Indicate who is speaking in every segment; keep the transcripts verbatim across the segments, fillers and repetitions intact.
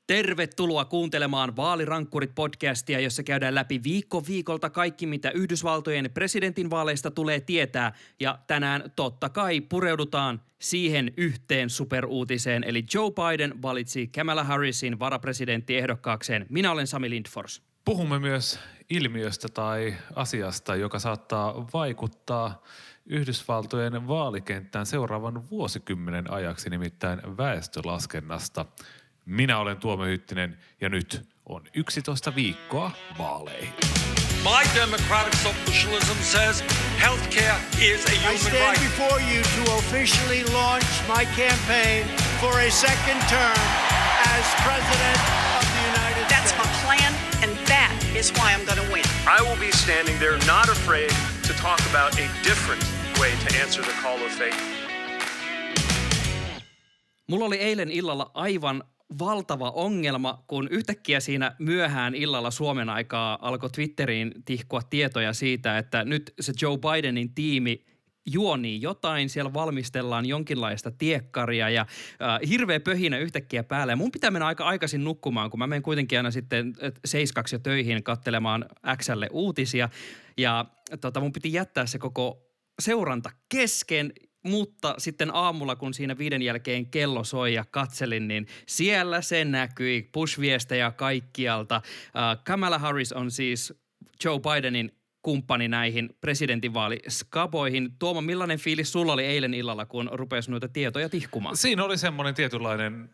Speaker 1: Tervetuloa kuuntelemaan Vaalirankkurit-podcastia, jossa käydään läpi viikko viikolta kaikki, mitä Yhdysvaltojen presidentinvaaleista tulee tietää. Ja tänään totta kai pureudutaan siihen yhteen superuutiseen, eli Joe Biden valitsi Kamala Harrisin varapresidenttiehdokkaakseen. Minä olen Sami Lindfors.
Speaker 2: Puhumme myös ilmiöstä tai asiasta, joka saattaa vaikuttaa Yhdysvaltojen vaalikenttään seuraavan vuosikymmenen ajaksi, nimittäin väestölaskennasta. Minä olen Tuomo Hyttinen ja nyt on yksitoista viikkoa vaaleihin.
Speaker 3: My democratic socialism says healthcare is a human right.
Speaker 4: I stand before you to officially launch my campaign for a second term as president of the United
Speaker 5: That's
Speaker 4: States.
Speaker 5: my plan, and that is why I'm going to win.
Speaker 6: I will be standing there not afraid to talk about a different way to answer the call of faith.
Speaker 1: Mulla oli eilen illalla aivan valtava ongelma, kun yhtäkkiä siinä myöhään illalla Suomen aikaa alkoi Twitteriin tihkua tietoja siitä, että nyt se Joe Bidenin tiimi juonii jotain, siellä valmistellaan jonkinlaista tiekkaria ja äh, hirveä pöhinä yhtäkkiä päälle. Ja mun pitää mennä aika aikaisin nukkumaan, kun mä menen kuitenkin aina sitten seiskaksi jo töihin katselemaan X:lle uutisia. Ja tota, mun piti jättää se koko seuranta kesken. Mutta sitten aamulla, kun siinä viiden jälkeen kello soi ja katselin, niin siellä se näkyi, push-viestejä kaikkialta. Uh, Kamala Harris on siis Joe Bidenin kumppani näihin presidentinvaaliskaboihin. Tuomo, millainen fiilis sulla oli eilen illalla, kun rupesi noita tietoja tihkumaan?
Speaker 2: Siinä oli semmoinen tietynlainen,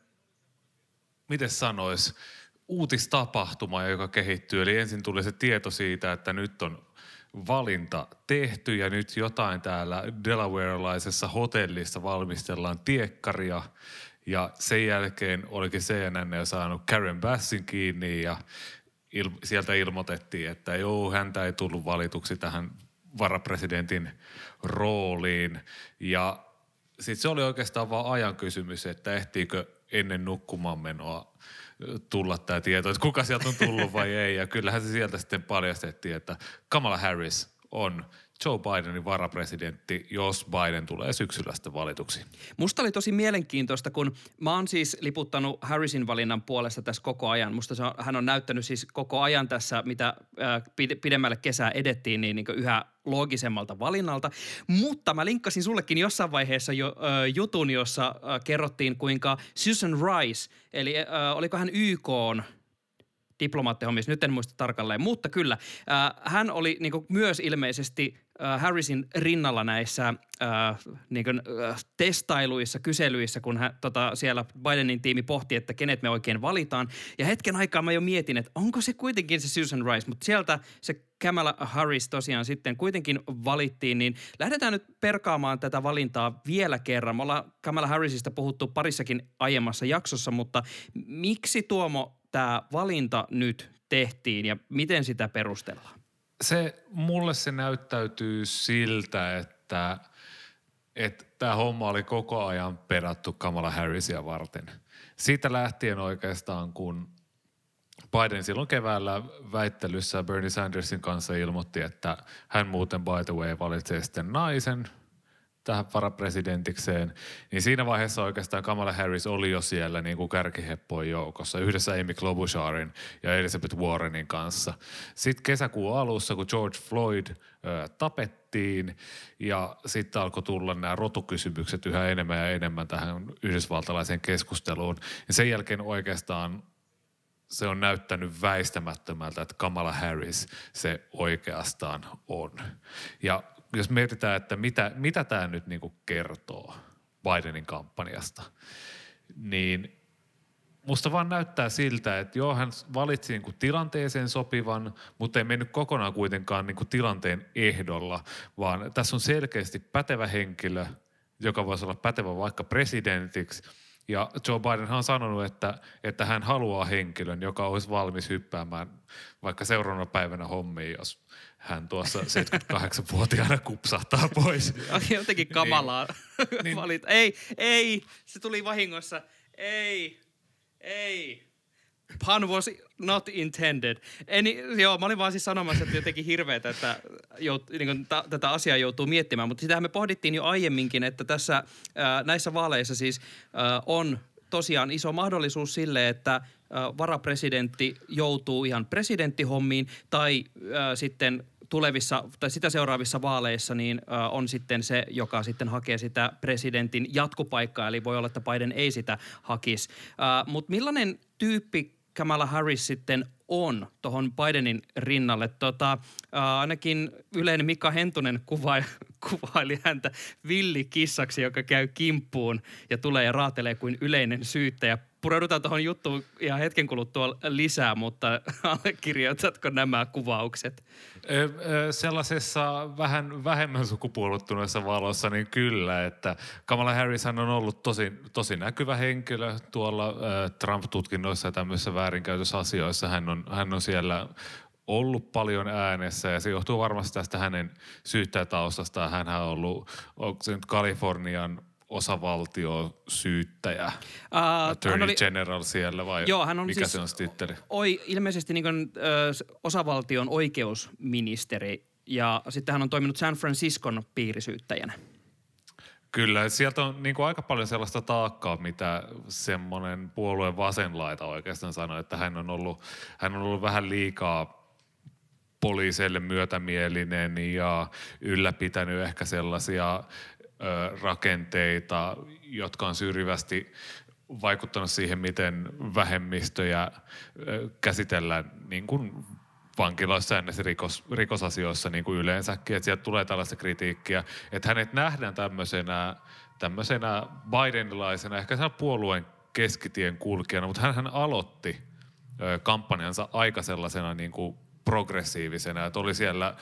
Speaker 2: miten sanois, uutistapahtuma, joka kehittyy. Eli ensin tuli se tieto siitä, että nyt on valinta tehty ja nyt jotain täällä Delawarelaisessa hotellissa valmistellaan tiekkaria ja sen jälkeen olikin C N N saanut Karen Bassin kiinni ja il- sieltä ilmoitettiin, että joo, häntä ei tullut valituksi tähän varapresidentin rooliin ja sitten se oli oikeastaan vaan ajan kysymys, että ehtiikö ennen nukkumaan menoa tulla tämä tieto, että kuka sieltä on tullut vai ei. Ja kyllähän se sieltä sitten paljastettiin, että Kamala Harris on Joe Bidenin varapresidentti, jos Biden tulee syksyllä sitten valituksi.
Speaker 1: Musta oli tosi mielenkiintoista, kun mä oon siis liputtanut Harrisin valinnan puolesta tässä koko ajan. Musta se on, hän on näyttänyt siis koko ajan tässä, mitä äh, pidemmälle kesää edettiin, niin, niin yhä loogisemmalta valinnalta. Mutta mä linkkasin sullekin jossain vaiheessa jo äh, jutun, jossa äh, kerrottiin, kuinka Susan Rice, eli äh, oliko hän Y K:n diplomaattihommissa, nyt en muista tarkalleen, mutta kyllä. Äh, hän oli niin kuin, myös ilmeisesti äh, Harrisin rinnalla näissä äh, niin kuin, äh, testailuissa, kyselyissä, kun hän, tota, siellä Bidenin tiimi pohti, että kenet me oikein valitaan. Ja hetken aikaa mä jo mietin, että onko se kuitenkin se Susan Rice, mutta sieltä se Kamala Harris tosiaan sitten kuitenkin valittiin, niin lähdetään nyt perkaamaan tätä valintaa vielä kerran. Me ollaan Kamala Harrisista puhuttu parissakin aiemmassa jaksossa, mutta miksi Tuomo tämä valinta nyt tehtiin ja miten sitä perustellaan?
Speaker 2: Se, mulle se näyttäytyy siltä, että, että tämä homma oli koko ajan perattu Kamala Harrisia varten. Siitä lähtien oikeastaan, kun Biden silloin keväällä väittelyssä Bernie Sandersin kanssa ilmoitti, että hän muuten by the way valitsee sitten naisen tähän varapresidentikseen, niin siinä vaiheessa oikeastaan Kamala Harris oli jo siellä niin kuin kärkiheppojen joukossa yhdessä Amy Klobucharin ja Elizabeth Warrenin kanssa. Sitten kesäkuun alussa, kun George Floyd ö, tapettiin ja sitten alkoi tulla nämä rotukysymykset yhä enemmän ja enemmän tähän yhdysvaltalaiseen keskusteluun, ja sen jälkeen oikeastaan se on näyttänyt väistämättömältä, että Kamala Harris se oikeastaan on. Ja jos mietitään, että mitä, mitä tämä nyt niinku kertoo Bidenin kampanjasta, niin musta vaan näyttää siltä, että joo, hän valitsi niinku tilanteeseen sopivan, mutta ei mennyt kokonaan kuitenkaan niinku tilanteen ehdolla, vaan tässä on selkeästi pätevä henkilö, joka voisi olla pätevä vaikka presidentiksi. Ja Joe Biden on sanonut, että, että hän haluaa henkilön, joka olisi valmis hyppäämään vaikka seuraavana päivänä hommiin, jos hän tuossa seitsemänkymmentäkahdeksanvuotiaana kupsahtaa pois.
Speaker 1: Jotenkin kamalaa
Speaker 2: niin, niin,
Speaker 1: valita. Ei, ei, se tuli vahingossa. Ei, ei. Pun was not intended. En, joo, mä olin vaan siis sanomassa, että jotenkin hirveetä, että jout, niin kuin, ta, tätä asiaa joutuu miettimään. Mutta sitähän me pohdittiin jo aiemminkin, että tässä ää, näissä vaaleissa siis ää, on tosiaan iso mahdollisuus sille, että varapresidentti joutuu ihan presidenttihommiin tai äh, sitten tulevissa tai sitä seuraavissa vaaleissa niin äh, on sitten se, joka sitten hakee sitä presidentin jatkopaikkaa, eli voi olla, että Biden ei sitä hakisi. Äh, Mutta millainen tyyppi Kamala Harris sitten on tuohon Bidenin rinnalle? Tota, äh, ainakin Ylen Mika Hentunen kuva, kuvaili häntä villikissaksi, joka käy kimppuun ja tulee ja raatelee kuin yleinen syyttäjä. Pureudutaan tuohon juttuun ihan hetken kuluttua lisää, mutta allekirjoitatko nämä kuvaukset?
Speaker 2: Sellaisessa vähän vähemmän sukupuolittuneessa valossa niin kyllä, että Kamala Harris on ollut tosi, tosi näkyvä henkilö tuolla Trump-tutkinnoissa ja tämmöisissä väärinkäytösasioissa. Hän on, hän on siellä ollut paljon äänessä ja se johtuu varmasti tästä hänen syyttäjätaustastaan. Hänhän on ollut, onko se nyt Kalifornian osavaltiosyyttäjä, uh, Attorney oli, General siellä vai joo, hän on mikä siis, se on titteli? Oi,
Speaker 1: ilmeisesti niin kuin, ö, osavaltion oikeusministeri ja sitten hän on toiminut San Franciscon piirisyyttäjänä.
Speaker 2: Kyllä, sieltä on niin kuin aika paljon sellaista taakkaa, mitä semmoinen puolueen vasenlaita oikeastaan sanoi, että hän on ollut, hän on ollut vähän liikaa poliiseille myötämielinen ja ylläpitänyt ehkä sellaisia rakenteita, jotka on syrjivästi vaikuttanut siihen, miten vähemmistöjä käsitellään niin kuin vankiloissa ja näissä rikos, rikosasioissa niin kuin yleensäkin. Että sieltä tulee tällaista kritiikkiä, että hänet nähdään tämmöisenä, tämmöisenä Bidenilaisena, ehkä sen puolueen keskitien kulkijana, mutta hän aloitti kampanjansa aika sellaisena niin kuin progressiivisena, että oli siellä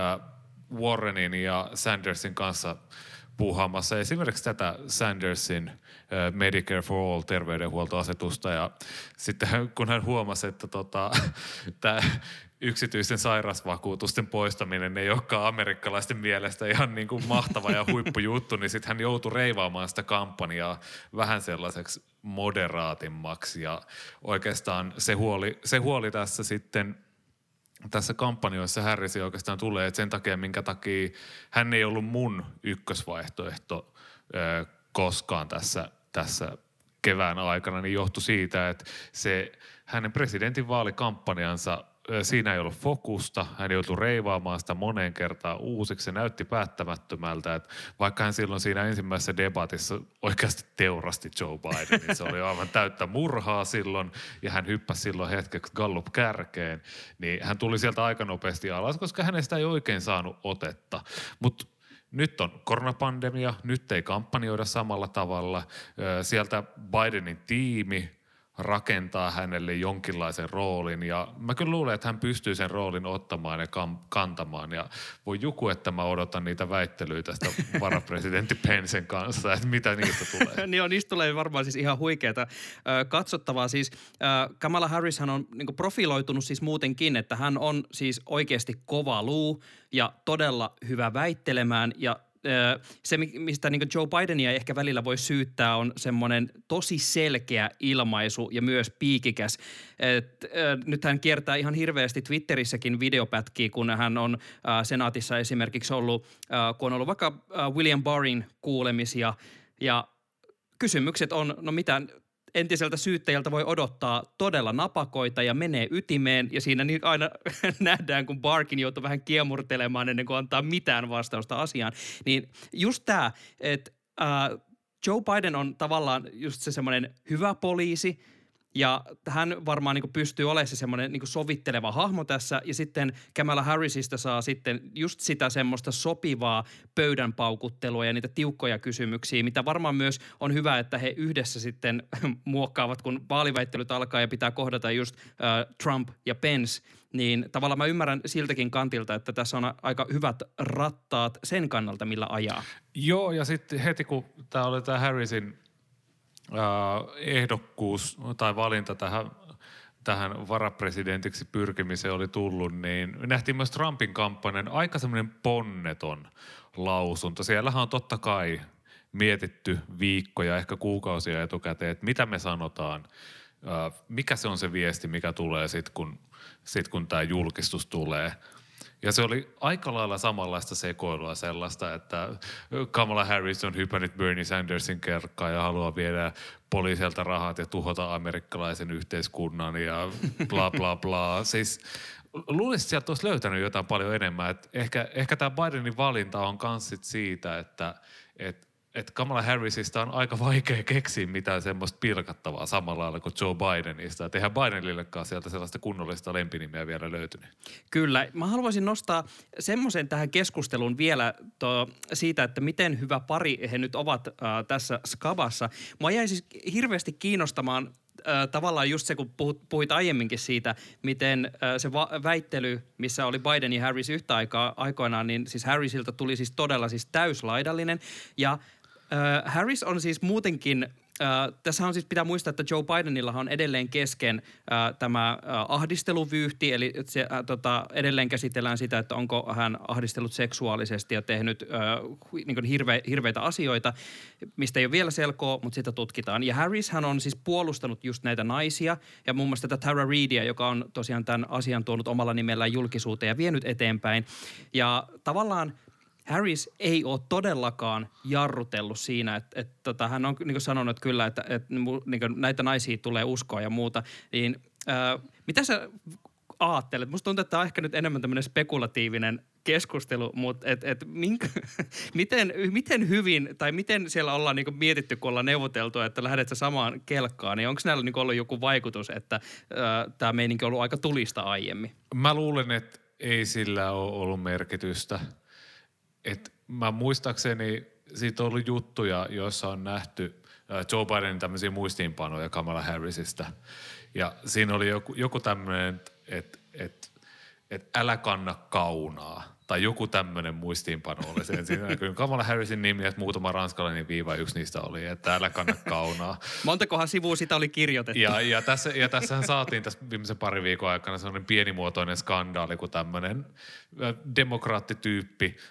Speaker 2: Warrenin ja Sandersin kanssa puuhaamassa esimerkiksi tätä Sandersin uh, Medicare for All terveydenhuoltoasetusta ja sitten kun hän huomasi, että tota, tämä yksityisten sairausvakuutusten poistaminen ei olekaan amerikkalaisten mielestä ihan niin kuin mahtava ja huippujuttu, niin sitten hän joutui reivaamaan sitä kampanjaa vähän sellaiseksi moderaatimmaksi ja oikeastaan se huoli, se huoli tässä sitten tässä kampanjoissa Harris oikeastaan tulee, että sen takia, minkä takia hän ei ollut mun ykkösvaihtoehto ö, koskaan tässä, tässä kevään aikana, niin johtui siitä, että se hänen presidentinvaalikampanjansa, ö, siinä ei ollut fokusta, hän joutui reivaamaan sitä moneen kertaan uusiksi, se näytti päättämättömältä, että vaikka hän silloin siinä ensimmäisessä debatissa oikeasti teurasti Joe Biden, niin se oli aivan täyttä murhaa silloin ja hän hyppäsi silloin hetkeksi Gallup kärkeen, niin hän tuli sieltä aika nopeasti alas, koska hänestä ei oikein saanut otetta, mutta nyt on koronapandemia, nyt ei kampanjoida samalla tavalla, sieltä Bidenin tiimi rakentaa hänelle jonkinlaisen roolin ja mä kyllä luulen, että hän pystyy sen roolin ottamaan ja kam- kantamaan ja voi joku, että mä odotan niitä väittelyitä tästä varapresidentti Pencen kanssa, että mitä niistä tulee.
Speaker 1: Niin on, niistä tulee varmaan siis ihan huikeata katsottavaa. Siis Kamala Harrishan on niin kuin profiloitunut siis muutenkin, että hän on siis oikeasti kova luu ja todella hyvä väittelemään ja se, mistä niin Joe Bidenia ehkä välillä voi syyttää, on semmoinen tosi selkeä ilmaisu ja myös piikikäs. Et, äh, nyt hän kiertää ihan hirveästi Twitterissäkin videopätkiä, kun hän on äh, senaatissa esimerkiksi ollut, äh, kun on ollut vaikka äh, William Barrin kuulemisia ja kysymykset on, no mitä entiseltä syyttäjältä voi odottaa todella napakoita ja menee ytimeen ja siinä niin aina nähdään, kun Barkin joutuu vähän kiemurtelemaan ennen kuin antaa mitään vastausta asiaan. Niin just tämä, että äh, Joe Biden on tavallaan just se semmoinen hyvä poliisi ja hän varmaan niin kuin pystyy olemaan se semmoinen niin kuin sovitteleva hahmo tässä ja sitten Kamala Harrisista saa sitten just sitä semmoista sopivaa pöydän paukuttelua ja niitä tiukkoja kysymyksiä, mitä varmaan myös on hyvä, että he yhdessä sitten muokkaavat, kun vaaliväittelyt alkaa ja pitää kohdata just äh, Trump ja Pence, niin tavallaan mä ymmärrän siltäkin kantilta, että tässä on aika hyvät rattaat sen kannalta, millä ajaa.
Speaker 2: Joo, ja sitten heti kun tämä oli tämä Harrisin Uh, ehdokkuus tai valinta tähän, tähän varapresidentiksi pyrkimiseen oli tullut, niin nähtiin myös Trumpin kampanjan aika semmoinen ponneton lausunto. Siellähän on totta kai mietitty viikkoja, ehkä kuukausia etukäteen, että mitä me sanotaan, uh, mikä se on se viesti, mikä tulee sitten, kun, sit, kun tämä julkistus tulee. Ja se oli aika lailla samanlaista sekoilua sellaista, että Kamala Harris on hypännyt Bernie Sandersin kerkkaan ja haluaa viedä poliisilta rahat ja tuhota amerikkalaisen yhteiskunnan ja bla bla bla. Siis luulisin, että sieltä olisi löytänyt jotain paljon enemmän. Et ehkä, ehkä tämä Bidenin valinta on kans sit siitä, että et, et Kamala Harrisista on aika vaikea keksiä mitään semmoista pilkattavaa samalla lailla kuin Joe Bidenista. Et eihän Bidenillekaan sieltä sellaista kunnollista lempinimeä vielä löytynyt.
Speaker 1: Kyllä. Mä haluaisin nostaa semmoisen tähän keskusteluun vielä to, siitä, että miten hyvä pari he nyt ovat äh, tässä skabassa. Mua jäi siis hirveästi kiinnostamaan Äh, tavallaan just se, kun puhut, puhuit aiemminkin siitä, miten äh, se va- väittely, missä oli Biden ja Harris yhtä aikaa aikoinaan, niin siis Harrisilta tuli siis todella siis täyslaidallinen. Ja äh, Harris on siis muutenkin, äh, tässä on siis pitää muistaa, että Joe Bidenillahan on edelleen kesken äh, tämä äh, ahdisteluvyyhti, eli se, äh, tota, edelleen käsitellään sitä, että onko hän ahdistellut seksuaalisesti ja tehnyt äh, niin kuin hirve, hirveitä asioita, mistä ei ole vielä selkoa, mutta sitä tutkitaan. Ja Harris hän on siis puolustanut just näitä naisia ja muun muassa tätä Tara Reidia, joka on tosiaan tämän asian tuonut omalla nimellään julkisuuteen ja vienyt eteenpäin. Ja tavallaan Harris ei ole todellakaan jarrutellut siinä, että, että tota, hän on niin kuin sanonut että kyllä, että, että niin kuin näitä naisia tulee uskoa ja muuta. Niin ää, mitä sä ajattelet? Musta tuntuu, että tämä on ehkä nyt enemmän tämmöinen spekulatiivinen keskustelu, mutta et, et minkä, miten, miten hyvin tai miten siellä ollaan niinku mietitty, kun ollaan neuvoteltu, että lähdet sä samaan kelkkaan, niin onko näillä niinku ollut joku vaikutus, että tämä meininki on ollut aika tulista aiemmin?
Speaker 2: Mä luulen, että ei sillä ole ollut merkitystä. Et mä muistaakseni siitä on ollut juttuja, joissa on nähty Joe Bidenin tämmöisiä muistiinpanoja Kamala Harrisista. Ja siinä oli joku, joku tämmöinen, että et, et älä kanna kaunaa. Tai joku tämmöinen muistiinpano oli sen. Siinä näkyy Kamala Harrisin nimi ja muutama ranskalainen viiva, yksi niistä oli, että älä kanna kaunaa.
Speaker 1: Montakohan sivua sitä oli kirjoitettu?
Speaker 2: Ja, ja, tässä, ja tässähän saatiin tässä viimeisen parin viikon aikana sellainen pienimuotoinen skandaali, kun tämmöinen demokraattityyppi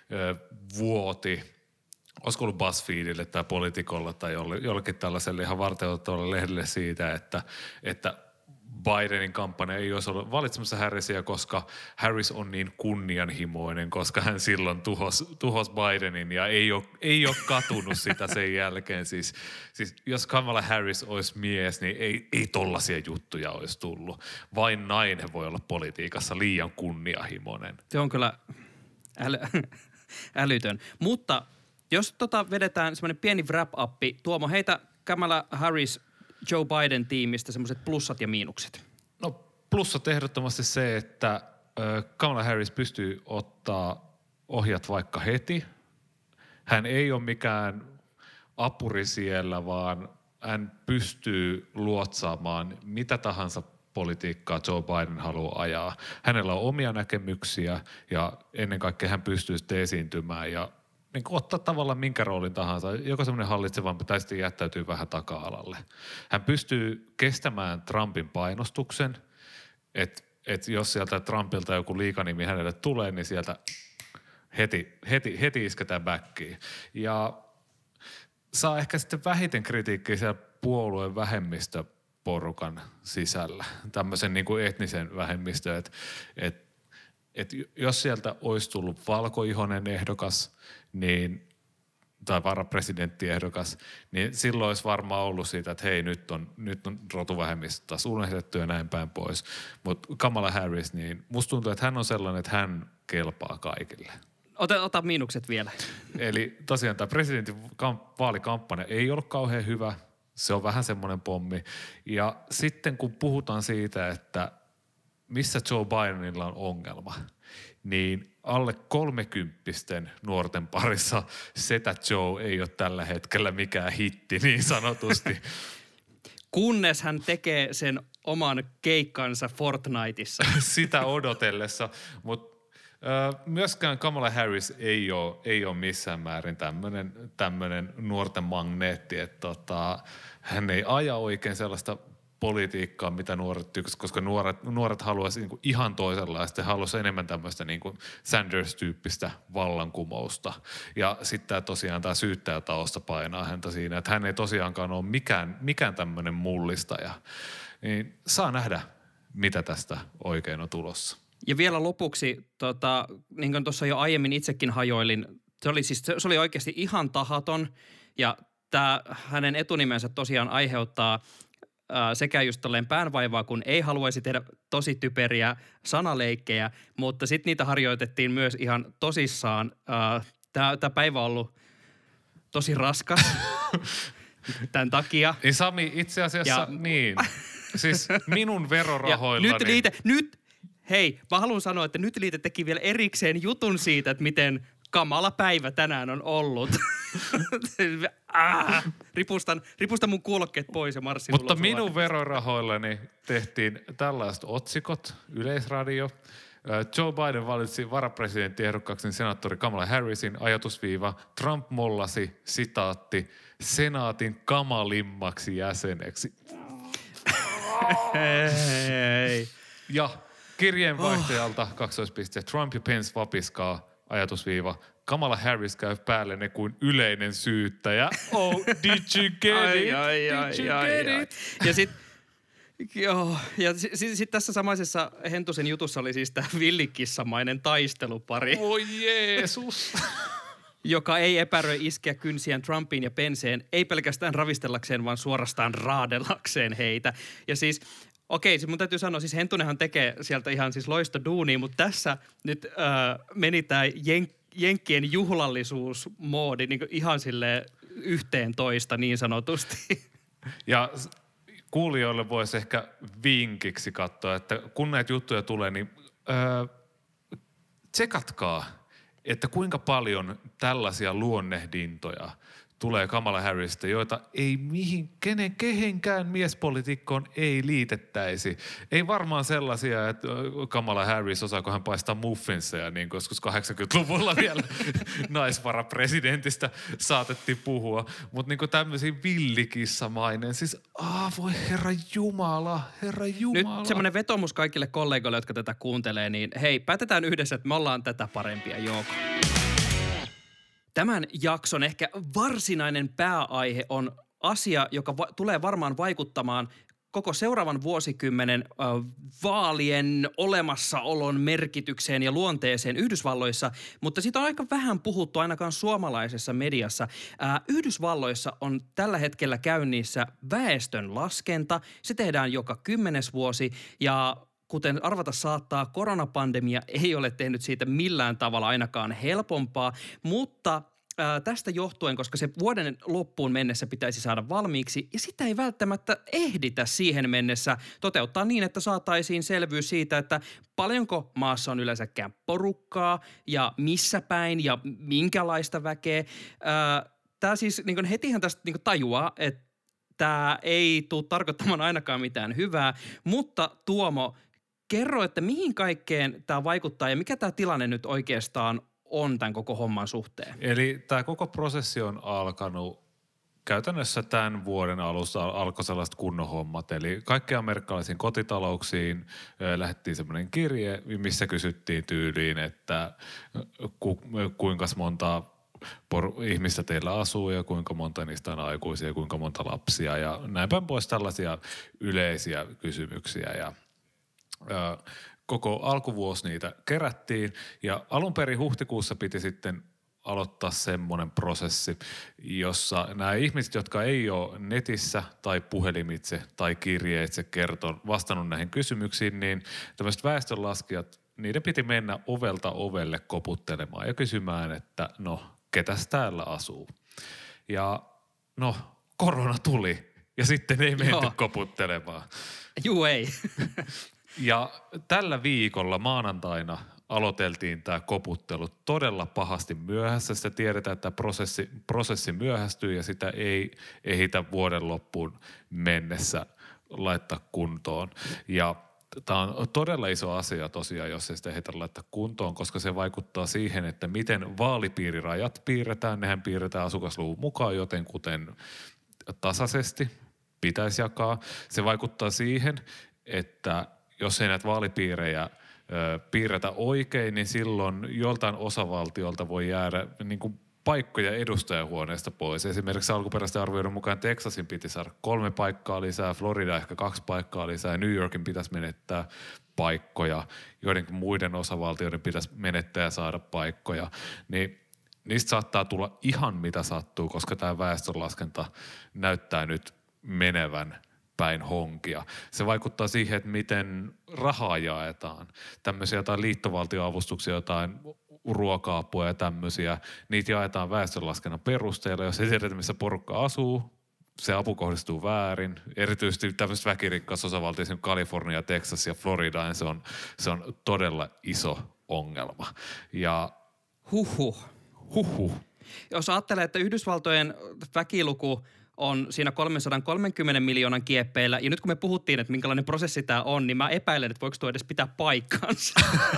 Speaker 2: vuoti, olisiko ollut BuzzFeedille tai Politicolla tai jollekin tällaiselle ihan varteutettavalle lehdelle siitä, että, että Bidenin kampanja ei olisi ollut valitsemassa Harrisia, koska Harris on niin kunnianhimoinen, koska hän silloin tuhos, tuhos Bidenin ja ei ole, ei ole katunut sitä sen jälkeen. Siis, siis jos Kamala Harris olisi mies, niin ei, ei tollaisia juttuja olisi tullut. Vain nainen voi olla politiikassa liian kunnianhimoinen.
Speaker 1: Se on kyllä äly, älytön. Mutta jos tota vedetään semmoinen pieni wrap-uppi, Tuomo, heitä Kamala Harris Joe Biden tiimistä semmoiset plussat ja miinukset.
Speaker 2: No plussat ehdottomasti se, että Kamala Harris pystyy ottaa ohjat vaikka heti. Hän ei ole mikään apuri siellä, vaan hän pystyy luotsaamaan mitä tahansa politiikkaa Joe Biden haluaa ajaa. Hänellä on omia näkemyksiä ja ennen kaikkea hän pystyy sitten esiintymään ja niin kuin ottaa tavallaan minkä roolin tahansa. Joko semmoinen hallitsevampi tai sitten jättäytyy vähän taka-alalle. Hän pystyy kestämään Trumpin painostuksen, että et jos sieltä Trumpilta joku liikanimi hänelle tulee, niin sieltä heti, heti, heti isketään backiin. Ja saa ehkä sitten vähiten kritiikkiä siellä puolueen vähemmistöporukan sisällä, tämmöisen niin kuin etnisen vähemmistön, että et, et jos sieltä olisi tullut valkoihoinen ehdokas, niin, tai varapresidenttiehdokas, niin silloin olisi varmaan ollut siitä, että hei, nyt on, nyt on rotuvähemmistö taas unohdettu ja näin päin pois. Mutta Kamala Harris, niin musta tuntuu, että hän on sellainen, että hän kelpaa kaikille.
Speaker 1: Ota, ota miinukset vielä.
Speaker 2: Eli tosiaan tämä presidentin vaalikampanja ei ollut kauhean hyvä. Se on vähän semmoinen pommi. Ja sitten kun puhutaan siitä, että missä Joe Bidenilla on ongelma, niin alle kolmekymppisten nuorten parissa Setä Joe ei ole tällä hetkellä mikään hitti niin sanotusti.
Speaker 1: Kunnes hän tekee sen oman keikkansa Fortniteissa.
Speaker 2: Sitä odotellessa, mutta myöskään Kamala Harris ei ole, ei ole missään määrin tämmöinen, tämmöinen nuorten magneetti, että tota, hän ei aja oikein sellaista politiikkaa, mitä nuoret tykkäsivät, koska nuoret, nuoret haluaisivat niinku ihan toisenlaista. He haluaisivat enemmän tämmöistä niinku Sanders-tyyppistä vallankumousta. Ja sitten tämä tosiaan tämä syyttäjätausta painaa häntä siinä, että hän ei tosiaankaan ole mikään, mikään tämmöinen mullistaja. Niin saa nähdä, mitä tästä oikein on tulossa.
Speaker 1: Ja vielä lopuksi, tota, niin kuin tuossa jo aiemmin itsekin hajoilin, se oli, siis, se oli oikeasti ihan tahaton ja tämä hänen etunimensä tosiaan aiheuttaa ää, sekä just tolleen päänvaivaa, kun ei haluaisi tehdä tosi typeriä sanaleikkejä, mutta sitten niitä harjoitettiin myös ihan tosissaan. Tämä päivä on ollut tosi raskas tämän takia.
Speaker 2: Niin Sami, itse asiassa
Speaker 1: ja,
Speaker 2: niin. Siis minun verorahoillani.
Speaker 1: Nyt liite, nyt, hei, mä haluan sanoa, että nyt Liite teki vielä erikseen jutun siitä, että miten kamala päivä tänään on ollut. ah, ripustan, ripustan mun kuulokkeet pois ja marssin
Speaker 2: Mutta
Speaker 1: ulos
Speaker 2: minun
Speaker 1: ulos.
Speaker 2: verorahoillani tehtiin tällaiset otsikot, Yleisradio. Joe Biden valitsi varapresidenttiehdokkaaksi senaattori Kamala Harrisin, ajatusviiva, Trump mollasi, sitaatti, senaatin kamalimmaksi jäseneksi.
Speaker 1: Hei.
Speaker 2: Ja kirjeenvaihtajalta oh. kaksoispiste, Trump ja Pence vapiskaa, ajatusviiva, Kamala Harris käy päälle ne kuin yleinen syyttäjä. Oh, did you get
Speaker 1: ai,
Speaker 2: it?
Speaker 1: ai,
Speaker 2: did
Speaker 1: ai,
Speaker 2: you
Speaker 1: ai,
Speaker 2: get
Speaker 1: ai.
Speaker 2: it?
Speaker 1: Ja sit, joo, ja sitten sit, sit tässä samaisessa Hentusen jutussa oli siis tämä villikissamainen taistelupari.
Speaker 2: Oi Jeesus.
Speaker 1: Joka ei epäröi iskeä kynsiään Trumpiin ja Penceen, ei pelkästään ravistellakseen, vaan suorastaan raadellakseen heitä. Ja siis, okei, mun täytyy sanoa, siis Hentunenhan tekee sieltä ihan siis loista duunia, mutta tässä nyt äh, meni tämä jen- jenkkien juhlallisuusmoodi niin kuin ihan silleen yhteen toista niin sanotusti.
Speaker 2: Ja kuulijoille voisi ehkä vinkiksi katsoa, että kun näitä juttuja tulee, niin öö, tsekatkaa, että kuinka paljon tällaisia luonnehdintoja tulee Kamala Harrisista, joita ei mihin, kenen, kehenkään miespolitiikkoon ei liitettäisi. Ei varmaan sellaisia, että Kamala Harris, osaako hän paistaa muffinseja, niin kuin joskus kahdeksankymmentäluvulla vielä naisvarapresidentistä saatettiin puhua. Mutta niin tämmöisiä villikissamainen, siis aah, voi herra jumala, herra jumala.
Speaker 1: Nyt semmoinen vetomus kaikille kollegoille, jotka tätä kuuntelee, niin hei, päätetään yhdessä, että me ollaan tätä parempia joukoa. Tämän jakson ehkä varsinainen pääaihe on asia, joka va- tulee varmaan vaikuttamaan koko seuraavan vuosikymmenen äh, vaalien olemassaolon merkitykseen ja luonteeseen Yhdysvalloissa, mutta siitä on aika vähän puhuttu ainakaan suomalaisessa mediassa. Äh, Yhdysvalloissa on tällä hetkellä käynnissä väestön laskenta. Se tehdään joka kymmenes vuosi ja kuten arvata saattaa, koronapandemia ei ole tehnyt siitä millään tavalla ainakaan helpompaa, mutta ää, tästä johtuen, koska se vuoden loppuun mennessä pitäisi saada valmiiksi, ja sitä ei välttämättä ehditä siihen mennessä toteuttaa niin, että saataisiin selvyys siitä, että paljonko maassa on yleensäkään porukkaa ja missä päin ja minkälaista väkeä. Tämä siis niin hetihän tästä niin tajuaa, että tämä ei tule tarkoittamaan ainakaan mitään hyvää, mutta Tuomo, kerro, että mihin kaikkeen tämä vaikuttaa ja mikä tämä tilanne nyt oikeastaan on tämän koko homman suhteen? Eli
Speaker 2: tämä koko prosessi on alkanut käytännössä tämän vuoden alussa alkoi sellaiset kunnon hommat. Eli kaikkiin amerikkalaisiin kotitalouksiin lähdettiin semmoinen kirje, missä kysyttiin tyyliin, että ku, kuinka monta por- ihmistä teillä asuu ja kuinka monta niistä on aikuisia ja kuinka monta lapsia ja näin päin pois tällaisia yleisiä kysymyksiä ja Ö, koko alkuvuosi niitä kerättiin ja alun perin huhtikuussa piti sitten aloittaa semmoinen prosessi, jossa nämä ihmiset, jotka ei ole netissä tai puhelimitse tai kirjeitse kertonut, vastannut näihin kysymyksiin, niin tämmöiset väestönlaskijat, niiden piti mennä ovelta ovelle koputtelemaan ja kysymään, että no, ketäs täällä asuu? Ja no, korona tuli ja sitten ei menty Joo. koputtelemaan.
Speaker 1: Juu ei.
Speaker 2: Ja tällä viikolla maanantaina aloiteltiin tämä koputtelu todella pahasti myöhässä. Sitä tiedetään, että prosessi, prosessi myöhästyy ja sitä ei ehitä vuoden loppuun mennessä laittaa kuntoon. Ja tämä on todella iso asia tosiaan, jos ei sitä ehditä laittaa kuntoon, koska se vaikuttaa siihen, että miten vaalipiirirajat piirretään. Nehän piirretään asukasluvun mukaan joten kuten tasaisesti pitäisi jakaa. Se vaikuttaa siihen, että jos ei näitä vaalipiirejä ö, piirretä oikein, niin silloin joltain osavaltiolta voi jäädä niin kuin paikkoja edustajahuoneesta pois. Esimerkiksi alkuperäisten arvioiden mukaan Texasin piti saada kolme paikkaa lisää, Florida ehkä kaksi paikkaa lisää, New Yorkin pitäisi menettää paikkoja, joidenkin muiden osavaltioiden pitäisi menettää ja saada paikkoja, niin niistä saattaa tulla ihan mitä sattuu, koska tämä väestönlaskenta näyttää nyt menevän päin honkia. Se vaikuttaa siihen, että miten rahaa jaetaan. Tämmöisiä jotain liittovaltioavustuksia, jotain ruoka-apua ja tämmöisiä, niitä jaetaan väestönlaskennan perusteella. Jos ei tiedetä, missä porukka asuu, se apu kohdistuu väärin. Erityisesti tämmöisessä väkirikkaassa osavaltioissa, Kalifornia, Texas ja Florida, niin se on, se on todella iso ongelma. Ja
Speaker 1: Huhhuh.
Speaker 2: Huhhuh.
Speaker 1: Jos ajattelee, että Yhdysvaltojen väkiluku on siinä kolmesataakolmekymmentä miljoonan kieppeillä, ja nyt kun me puhuttiin, että minkälainen prosessi tämä on, niin mä epäilen, että voiko tuo edes pitää paikkansa,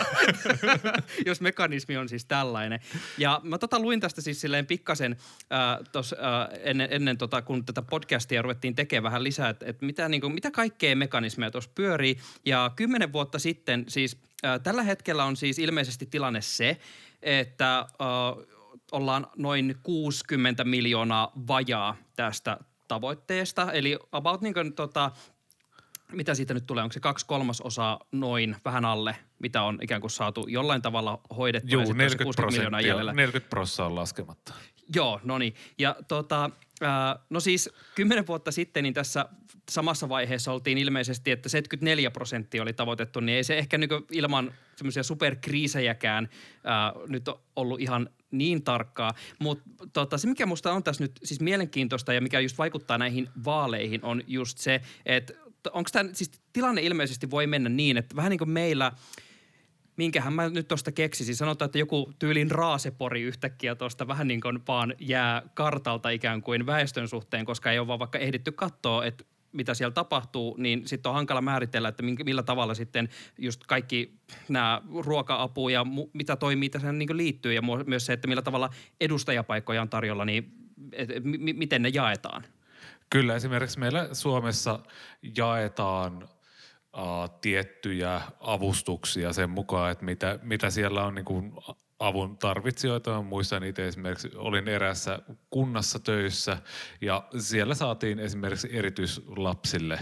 Speaker 1: jos mekanismi on siis tällainen. Ja mä tota luin tästä siis silleen pikkasen äh, tos, äh, ennen, ennen tota, kun tätä podcastia ruvettiin tekemään vähän lisää, että, että mitä, niin kuin, mitä kaikkea mekanismeja tuossa pyörii, ja kymmenen vuotta sitten siis äh, tällä hetkellä on siis ilmeisesti tilanne se, että äh, ollaan noin kuusikymmentä miljoonaa vajaa tästä tavoitteesta. Eli about niin kuin tota, mitä siitä nyt tulee, onko se kaksi kolmasosaa noin vähän alle, mitä on ikään kuin saatu jollain tavalla hoidettua.
Speaker 2: Joo, neljäkymmentä prosenttia, neljäkymmentä prosenttia on laskematta.
Speaker 1: Joo, no niin. Ja tota, äh, no siis kymmenen vuotta sitten niin tässä samassa vaiheessa oltiin ilmeisesti, että seitsemänkymmentäneljä prosenttia oli tavoitettu, niin ei se ehkä niin kuin ilman semmoisia superkriisejäkään äh, nyt ollut ihan niin tarkkaa. Mutta tota, se, mikä musta on tässä nyt siis mielenkiintoista ja mikä just vaikuttaa näihin vaaleihin, on just se, että onko tämä, siis tilanne ilmeisesti voi mennä niin, että vähän niin kuin meillä, minkähän mä nyt tuosta keksisin, sanotaan, että joku tyylin Raasepori yhtäkkiä tuosta vähän niin kuin vaan jää kartalta ikään kuin väestön suhteen, koska ei ole vaan vaikka ehditty katsoa, että mitä siellä tapahtuu, niin sitten on hankala määritellä, että millä tavalla sitten just kaikki nämä ruoka-apu ja mu- mitä toimii tässä niin kuin liittyy ja myös se, että millä tavalla edustajapaikkoja on tarjolla, niin et, m- miten ne jaetaan.
Speaker 2: Kyllä, esimerkiksi meillä Suomessa jaetaan uh, tiettyjä avustuksia sen mukaan, että mitä, mitä siellä on niin kuin avun tarvitsijoita. Muistan itse esimerkiksi, olin eräässä kunnassa töissä ja siellä saatiin esimerkiksi erityislapsille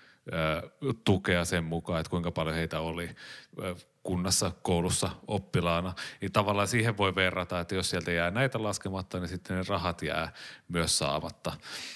Speaker 2: ö, tukea sen mukaan, että kuinka paljon heitä oli ö, kunnassa, koulussa oppilaana. Niin tavallaan siihen voi verrata, että jos sieltä jää näitä laskematta, niin sitten ne rahat jää myös saamatta.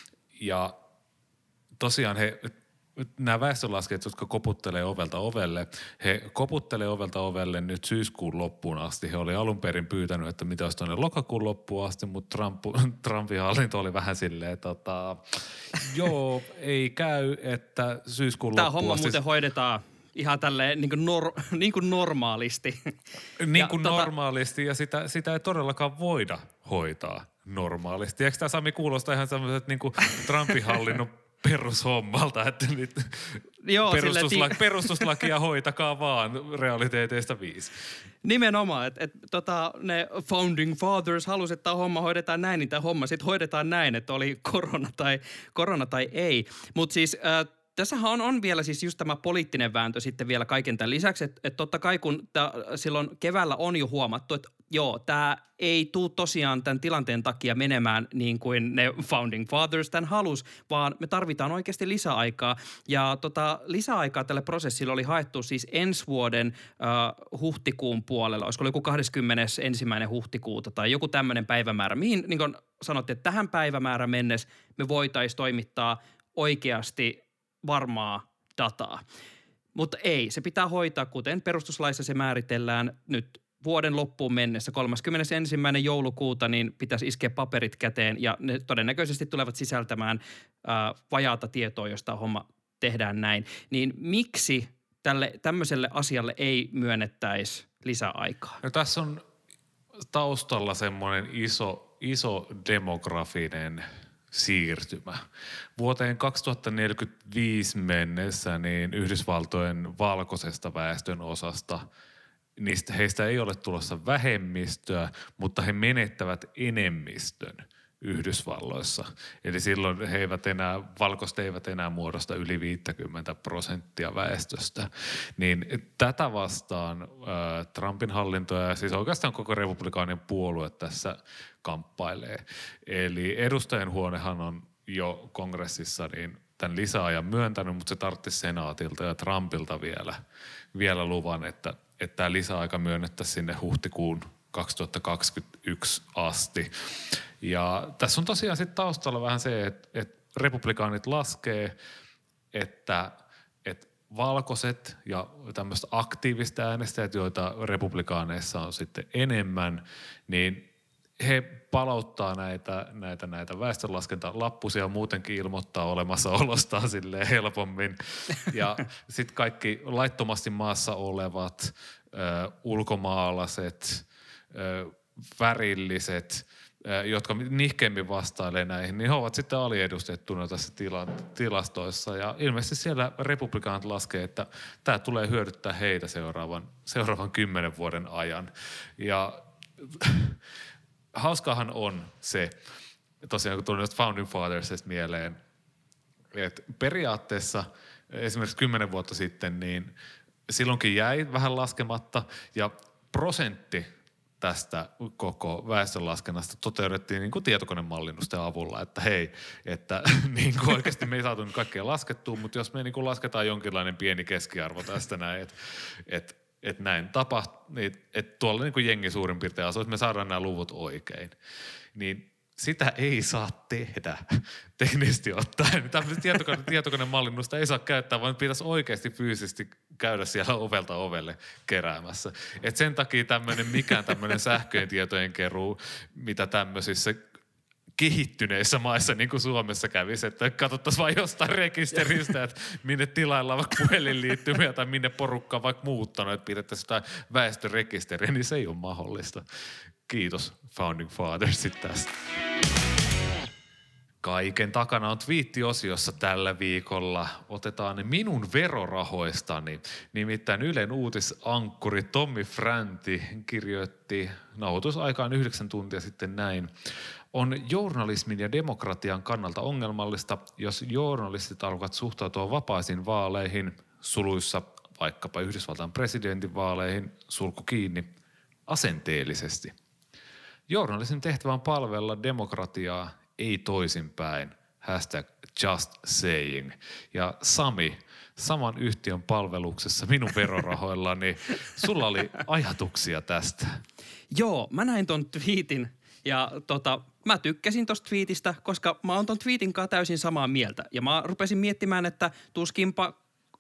Speaker 2: Ja tosiaan he... Nämä väestönlaskijat, jotka koputtelee ovelta ovelle, he koputtelee ovelta ovelle nyt syyskuun loppuun asti. He oli alun perin pyytänyt, että mitä olisi tuonne lokakuun loppuun asti, mutta Trump, Trumpin hallinto oli vähän silleen, tota, joo, ei käy, että syyskuun
Speaker 1: Tämä
Speaker 2: loppuun
Speaker 1: homma
Speaker 2: asti...
Speaker 1: muuten hoidetaan ihan tälleen niin kuin, nor, niin kuin normaalisti.
Speaker 2: Niin kuin tota... normaalisti ja sitä, sitä ei todellakaan voida hoitaa normaalisti. Eikö tämä Sami kuulostaa ihan sellaiset niin kuin Trumpin hallinnon perushommalta, että nyt
Speaker 1: Joo,
Speaker 2: perustuslaki, perustuslakia hoitakaa vaan realiteeteista viisi.
Speaker 1: Nimenomaan, että et, tota, ne founding fathers halusivat, että tämä homma hoidetaan näin, niin tämä homma sitten hoidetaan näin, että oli korona tai, korona tai ei. Mutta siis äh, tässähän on, on vielä siis just tämä poliittinen vääntö sitten vielä kaiken tämän lisäksi, että et totta kai kun tää, silloin keväällä on jo huomattu, että joo, tämä ei tule tosiaan tämän tilanteen takia menemään niin kuin ne founding fathers tämän halus, vaan me tarvitaan oikeasti lisäaikaa. Ja tota, lisäaikaa tälle prosessille oli haettu siis ensi vuoden äh, huhtikuun puolella, olisiko joku kahdeskymmenesensimmäinen huhtikuuta tai joku tämmöinen päivämäärä, mihin niin kuin sanottiin, että tähän päivämäärään mennessä me voitaisiin toimittaa oikeasti varmaa dataa. Mutta ei, se pitää hoitaa, kuten perustuslaissa se määritellään nyt vuoden loppuun mennessä, kolmaskymmenesensimmäinen joulukuuta, niin pitäisi iskeä paperit käteen ja ne todennäköisesti tulevat sisältämään ää, vajaata tietoa, josta homma tehdään näin. Niin miksi tälle tämmöiselle asialle ei myönnettäisi lisäaikaa?
Speaker 2: No tässä on taustalla semmoinen iso, iso demografinen siirtymä. Vuoteen kaksituhattaneljäkymmentäviisi mennessä niin Yhdysvaltojen valkoisesta väestön osasta niistä heistä ei ole tulossa vähemmistöä, mutta he menettävät enemmistön Yhdysvalloissa. Eli silloin he eivät enää, valkoiset eivät enää muodosta yli viisikymmentä prosenttia väestöstä. Niin tätä vastaan äh, Trumpin hallinto ja siis oikeastaan koko republikaanien puolue tässä kamppailee. Eli edustajanhuonehan on jo kongressissa niin tämän lisäajan myöntänyt, mutta se tarvitsisi senaatilta ja Trumpilta vielä, vielä luvan, että, että tämä lisäaika myönnettäisiin sinne huhtikuun kaksituhattakaksikymmentäyksi asti. Ja tässä on tosiaan sitten taustalla vähän se, että, että republikaanit laskee, että, että valkoiset ja tämmöiset aktiiviset äänestäjät, joita republikaaneissa on sitten enemmän, niin he palauttaa näitä, näitä, näitä väestönlaskentalappusia, muutenkin ilmoittaa olemassaolostaan silleen helpommin. Ja sitten kaikki laittomasti maassa olevat, ö, ulkomaalaiset, ö, värilliset, ö, jotka nihkeämmin vastailee näihin, niin he ovat sitten aliedustettuna tässä tila, tilastoissa. Ja ilmeisesti siellä republikaanit laskee, että tämä tulee hyödyttää heitä seuraavan, seuraavan kymmenen vuoden ajan. Ja hauskahan on se, tosiaan kun tuli noista Founding Fathersista mieleen, että periaatteessa esimerkiksi kymmenen vuotta sitten, niin silloinkin jäi vähän laskematta ja prosentti tästä koko väestönlaskennasta toteutettiin niin kuin tietokonemallinnusten avulla, että hei, että niin kuin oikeasti me ei saatu nyt kaikkea laskettua, mutta jos me niin kuin lasketaan jonkinlainen pieni keskiarvo tästä näin, että et, että näin tapahtuu, niin, että tuolla niin kuin jengi suurin piirtein asuu, että me saadaan nämä luvut oikein. Niin sitä ei saa tehdä teknisesti ottaen. Tämmöistä tietokone, tietokonemallinnusta ei saa käyttää, vaan pitäisi oikeasti fyysisesti käydä siellä ovelta ovelle keräämässä. Et sen takia tämmöinen mikään tämmöinen sähköjen tietojen keruu, mitä tämmöisissä kehittyneissä maissa, niin kuin Suomessa kävisi, että katsottaisiin vain jostain rekisteristä, että minne tilaillaan vaikka puhelinliittymiä tai minne porukka on vaikka muuttanut, että pidettäisiin jotain väestörekisteriä, niin se ei ole mahdollista. Kiitos Founding Fathersit tästä. Kaiken takana on twiittiosiossa tällä viikolla. Otetaan minun verorahoistani. Nimittäin Ylen uutisankkuri Tommi Fränti kirjoitti nauhoitusaikaan yhdeksän tuntia sitten näin. On journalismin ja demokratian kannalta ongelmallista, jos journalistit alkavat suhtautua vapaisiin vaaleihin, suluissa vaikkapa Yhdysvaltain presidentinvaaleihin, sulku kiinni, asenteellisesti. Journalismin tehtävä on palvella demokratiaa, ei toisinpäin. Hashtag just saying. Ja Sami, saman yhtiön palveluksessa minun verorahoillani, sulla oli ajatuksia tästä.
Speaker 1: Joo, mä näin ton twiitin ja tota, mä tykkäsin tosta twiitistä, koska mä oon ton twiitin kanssa täysin samaa mieltä. Ja mä rupesin miettimään, että tuskinpa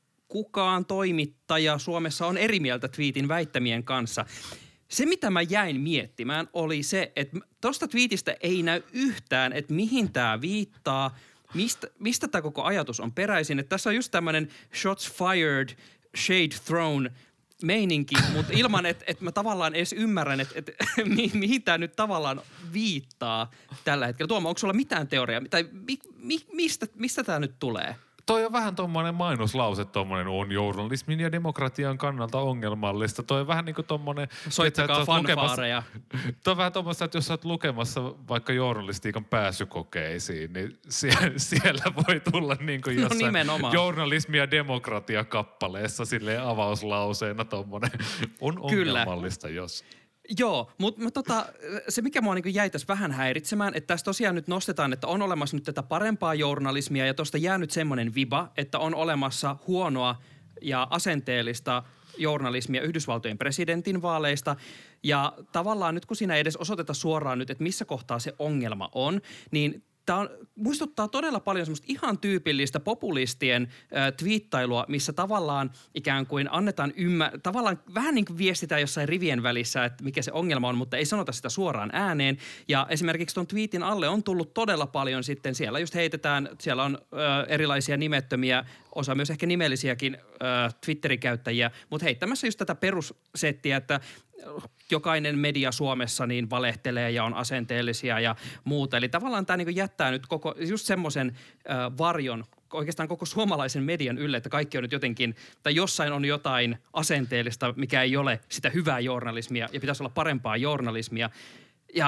Speaker 1: kukaan toimittaja Suomessa on eri mieltä twiitin väittämien kanssa. Se, mitä mä jäin miettimään, oli se, että tuosta twiitistä ei näy yhtään, että mihin tämä viittaa, mistä, mistä tämä koko ajatus on peräisin. Että tässä on just tämmöinen shots fired, shade thrown meininki, mutta ilman, että, että mä tavallaan edes ymmärrän, että, että mihin tämä nyt tavallaan viittaa tällä hetkellä. Tuomo, onko sulla mitään teoriaa? Tai mi, mi, mistä, mistä tämä nyt tulee?
Speaker 2: Toi on vähän tommonen mainoslause, tommonen on journalismin ja demokratian kannalta ongelmallista. Toi on vähän niinku tommonen...
Speaker 1: Soittakaa fanfaareja.
Speaker 2: Toi on vähän tommoista, että jos sä oot lukemassa vaikka journalistiikan pääsykokeisiin, niin siellä, siellä voi tulla niinku jossain no journalismi ja demokratia kappaleessa silleen avauslauseena tommonen. On ongelmallista, Kyllä. jos...
Speaker 1: Joo, mutta tota, se mikä mua niin jäi tässä vähän häiritsemään, että tässä tosiaan nyt nostetaan, että on olemassa nyt tätä parempaa journalismia ja tuosta jää nyt semmoinen viba, että on olemassa huonoa ja asenteellista journalismia Yhdysvaltojen presidentin vaaleista. Ja tavallaan nyt kun siinä ei edes osoiteta suoraan nyt, että missä kohtaa se ongelma on, niin tämä on, muistuttaa todella paljon semmoista ihan tyypillistä populistien äh, twiittailua, missä tavallaan ikään kuin annetaan ymmärtää, tavallaan vähän niin kuin viestitään jossain rivien välissä, että mikä se ongelma on, mutta ei sanota sitä suoraan ääneen. Ja esimerkiksi tuon twiitin alle on tullut todella paljon sitten, siellä just heitetään, siellä on äh, erilaisia nimettömiä, osa myös ehkä nimellisiäkin äh, Twitterin käyttäjiä, mutta heittämässä just tätä perussettiä, että jokainen media Suomessa niin valehtelee ja on asenteellisia ja muuta. Eli tavallaan tämä niin jättää nyt koko, just semmoisen äh, varjon oikeastaan koko suomalaisen median ylle, että kaikki on nyt jotenkin, tai jossain on jotain asenteellista, mikä ei ole sitä hyvää journalismia ja pitäisi olla parempaa journalismia. Ja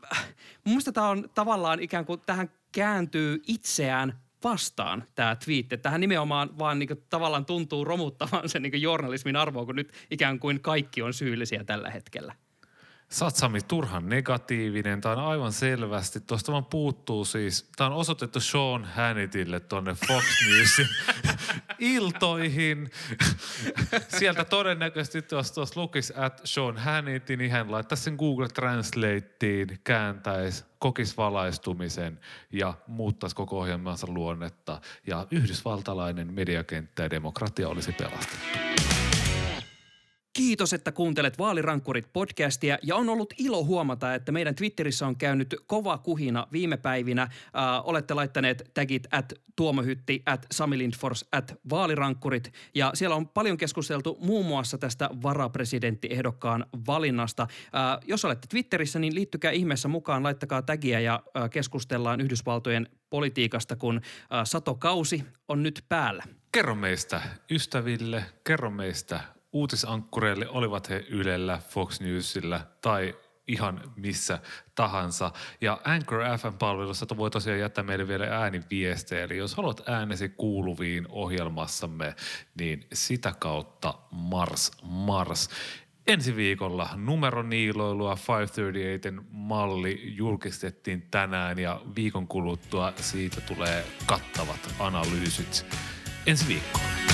Speaker 1: mun mielestä tämä on tavallaan ikään kuin tähän kääntyy itseään vastaan tämä twiitti. Tähän nimenomaan vaan niin kuin tavallaan tuntuu romuttavan sen niin kuin journalismin arvoa, kun nyt ikään kuin kaikki on syyllisiä tällä hetkellä.
Speaker 2: Sä oot, Sami, turhan negatiivinen. Tämä on aivan selvästi. Tuosta vaan puuttuu siis, tämä on osoitettu Sean Hannitylle tuonne Fox Newsin iltoihin. Sieltä todennäköisesti, jos tuossa lukisi at Sean Hannity, niin hän laittaisi sen Google Translateen, kääntäisi, kokisi valaistumisen ja muuttaisi koko ohjelmansa luonnetta. Ja yhdysvaltalainen mediakenttä ja demokratia olisi pelastettu.
Speaker 1: Kiitos, että kuuntelet Vaalirankkurit-podcastia ja on ollut ilo huomata, että meidän Twitterissä on käynyt kova kuhina viime päivinä. Äh, olette laittaneet tagit at Tuomohytti, at Sami Lindfors, at Vaalirankkurit ja siellä on paljon keskusteltu muun muassa tästä varapresidenttiehdokkaan valinnasta. Äh, jos olette Twitterissä, niin liittykää ihmeessä mukaan, laittakaa tagia ja äh, keskustellaan Yhdysvaltojen politiikasta, kun äh, satokausi on nyt päällä.
Speaker 2: Kerro meistä ystäville, kerro meistä uutisankkureille, olivat he Ylellä, Fox Newsillä tai ihan missä tahansa. Ja Anchor F M-palvelussa voi tosiaan jättää meille vielä ääniviestejä. Eli jos haluat äänesi kuuluviin ohjelmassamme, niin sitä kautta mars, mars. Ensi viikolla numeroniiloilua viisisataakolmekymmentäkahdeksan malli julkistettiin tänään ja viikon kuluttua siitä tulee kattavat analyysit. Ensi viikkoon.